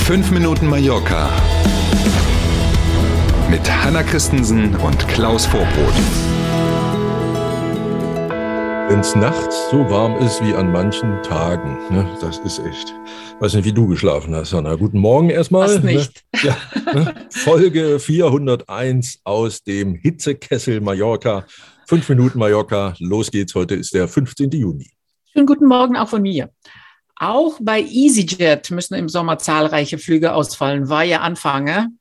5 Minuten Mallorca mit Hanna Christensen und Klaus Vorbrot. Wenn es nachts so warm ist wie an manchen Tagen, ne, das ist echt. Weiß nicht, wie du geschlafen hast, Hanna. Guten Morgen erstmal. Fast nicht. Ne? Ja, ne? Folge 401 aus dem Hitzekessel Mallorca. 5 Minuten Mallorca. Los geht's. Heute ist der 15. Juni. Schönen guten Morgen auch von mir. Auch bei EasyJet müssen im Sommer zahlreiche Flüge ausfallen. War ja Anfang,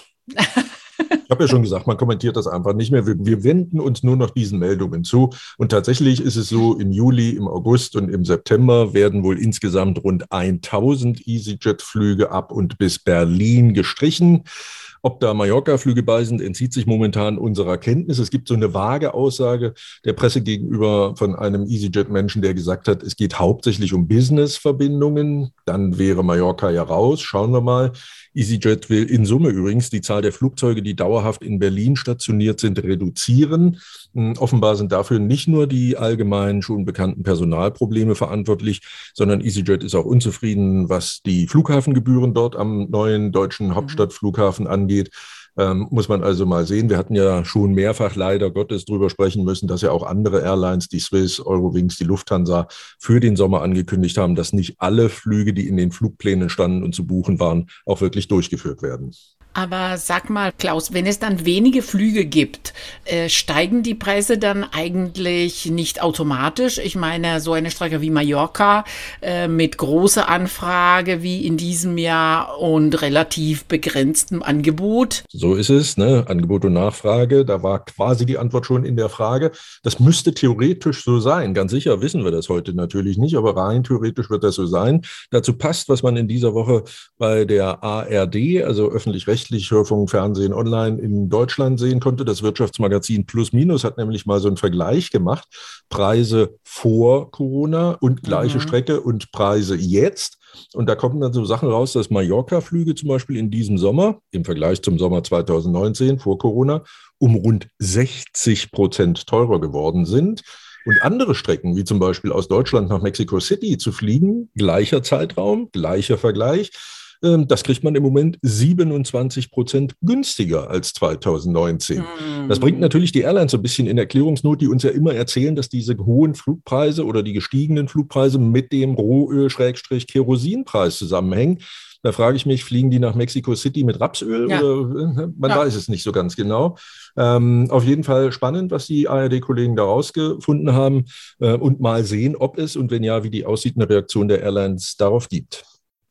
Ich habe ja schon gesagt, man kommentiert das einfach nicht mehr. Wir wenden uns nur noch diesen Meldungen zu. Und tatsächlich ist es so, im Juli, im August und im September werden wohl insgesamt rund 1000 EasyJet-Flüge ab und bis Berlin gestrichen. Ob da Mallorca-Flüge bei sind, entzieht sich momentan unserer Kenntnis. Es gibt so eine vage Aussage der Presse gegenüber von einem EasyJet-Menschen, der gesagt hat, es geht hauptsächlich um Business-Verbindungen. Dann wäre Mallorca ja raus. Schauen wir mal. EasyJet will in Summe übrigens die Zahl der Flugzeuge, die dauerhaft in Berlin stationiert sind, reduzieren. Offenbar sind dafür nicht nur die allgemein schon bekannten Personalprobleme verantwortlich, sondern EasyJet ist auch unzufrieden, was die Flughafengebühren dort am neuen deutschen Hauptstadtflughafen angeht. Muss man also mal sehen. Wir hatten ja schon mehrfach leider Gottes drüber sprechen müssen, dass ja auch andere Airlines, die Swiss, Eurowings, die Lufthansa für den Sommer angekündigt haben, dass nicht alle Flüge, die in den Flugplänen standen und zu buchen waren, auch wirklich durchgeführt werden. Aber sag mal, Klaus, wenn es dann wenige Flüge gibt, steigen die Preise dann eigentlich nicht automatisch? Ich meine, so eine Strecke wie Mallorca mit großer Anfrage wie in diesem Jahr und relativ begrenztem Angebot. So ist es, ne? Angebot und Nachfrage, da war quasi die Antwort schon in der Frage. Das müsste theoretisch so sein. Ganz sicher wissen wir das heute natürlich nicht, aber rein theoretisch wird das so sein. Dazu passt, was man in dieser Woche bei der ARD, also öffentlich-rechtlich, Hörfunk, Fernsehen, Online in Deutschland sehen konnte. Das Wirtschaftsmagazin Plus Minus hat nämlich mal so einen Vergleich gemacht. Preise vor Corona und gleiche Strecke und Preise jetzt. Und da kommen dann so Sachen raus, dass Mallorca-Flüge zum Beispiel in diesem Sommer, im Vergleich zum Sommer 2019 vor Corona, um rund 60% teurer geworden sind. Und andere Strecken, wie zum Beispiel aus Deutschland nach Mexico City zu fliegen, gleicher Zeitraum, gleicher Vergleich, das kriegt man im Moment 27% günstiger als 2019. Das bringt natürlich die Airlines so ein bisschen in Erklärungsnot, die uns ja immer erzählen, dass diese hohen Flugpreise oder die gestiegenen Flugpreise mit dem Rohöl-Kerosinpreis zusammenhängen. Da frage ich mich, fliegen die nach Mexico City mit Rapsöl? Ja. Oder man weiß es nicht so ganz genau. Auf jeden Fall spannend, was die ARD-Kollegen da rausgefunden haben und mal sehen, ob es und wenn ja, wie die aussieht, eine Reaktion der Airlines darauf gibt.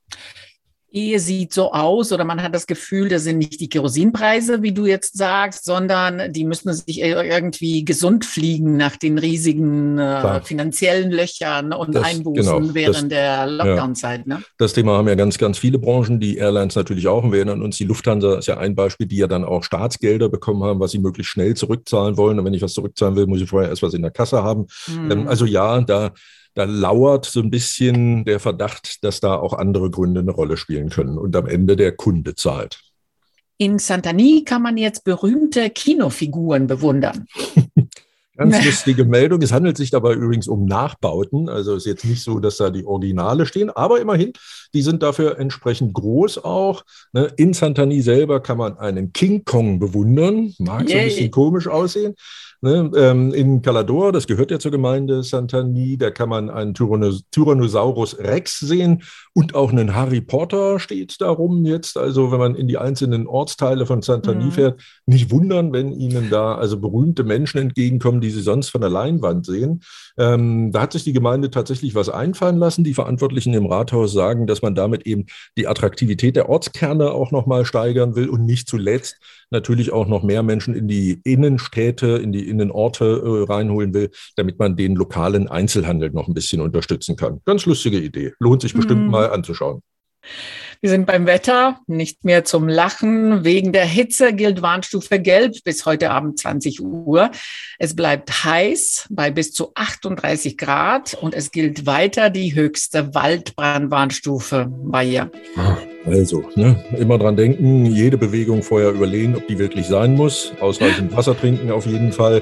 Ehe sieht so aus oder man hat das Gefühl, das sind nicht die Kerosinpreise, wie du jetzt sagst, sondern die müssen sich irgendwie gesund fliegen nach den riesigen finanziellen Löchern und Einbußen während der Lockdown-Zeit. Ne? Das Thema haben ja ganz, ganz viele Branchen, die Airlines natürlich auch. Und wir erinnern uns, die Lufthansa ist ja ein Beispiel, die ja dann auch Staatsgelder bekommen haben, was sie möglichst schnell zurückzahlen wollen. Und wenn ich was zurückzahlen will, muss ich vorher erst was in der Kasse haben. Also ja, da lauert so ein bisschen der Verdacht, dass da auch andere Gründe eine Rolle spielen können und am Ende der Kunde zahlt. In Santany kann man jetzt berühmte Kinofiguren bewundern. Ganz lustige Meldung. Es handelt sich dabei übrigens um Nachbauten. Also ist jetzt nicht so, dass da die Originale stehen, aber immerhin, die sind dafür entsprechend groß auch. In Santany selber kann man einen King Kong bewundern. Mag so ein bisschen komisch aussehen. In Calador, das gehört ja zur Gemeinde Santany, da kann man einen Tyrannosaurus Rex sehen und auch einen Harry Potter steht da rum jetzt. Also wenn man in die einzelnen Ortsteile von Santany fährt, nicht wundern, wenn Ihnen da also berühmte Menschen entgegenkommen, die Sie sonst von der Leinwand sehen. Da hat sich die Gemeinde tatsächlich was einfallen lassen. Die Verantwortlichen im Rathaus sagen, dass man damit eben die Attraktivität der Ortskerne auch nochmal steigern will und nicht zuletzt natürlich auch noch mehr Menschen in die Innenstädte, in die Innenorte reinholen will, damit man den lokalen Einzelhandel noch ein bisschen unterstützen kann. Ganz lustige Idee. Lohnt sich bestimmt mal anzuschauen. Wir sind beim Wetter, nicht mehr zum Lachen. Wegen der Hitze gilt Warnstufe Gelb bis heute Abend 20 Uhr. Es bleibt heiß bei bis zu 38 Grad und es gilt weiter die höchste Waldbrandwarnstufe bei ihr. Also, immer dran denken, jede Bewegung vorher überlegen, ob die wirklich sein muss. Ausreichend Wasser trinken auf jeden Fall.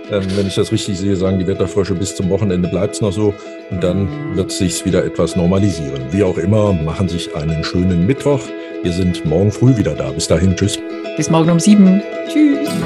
Wenn ich das richtig sehe, sagen die Wetterfrösche, bis zum Wochenende bleibt es noch so und dann wird es sich wieder etwas normalisieren. Wie auch immer, machen sich einen schönen Mittwoch. Wir sind morgen früh wieder da. Bis dahin, tschüss. Bis morgen um 7. Tschüss.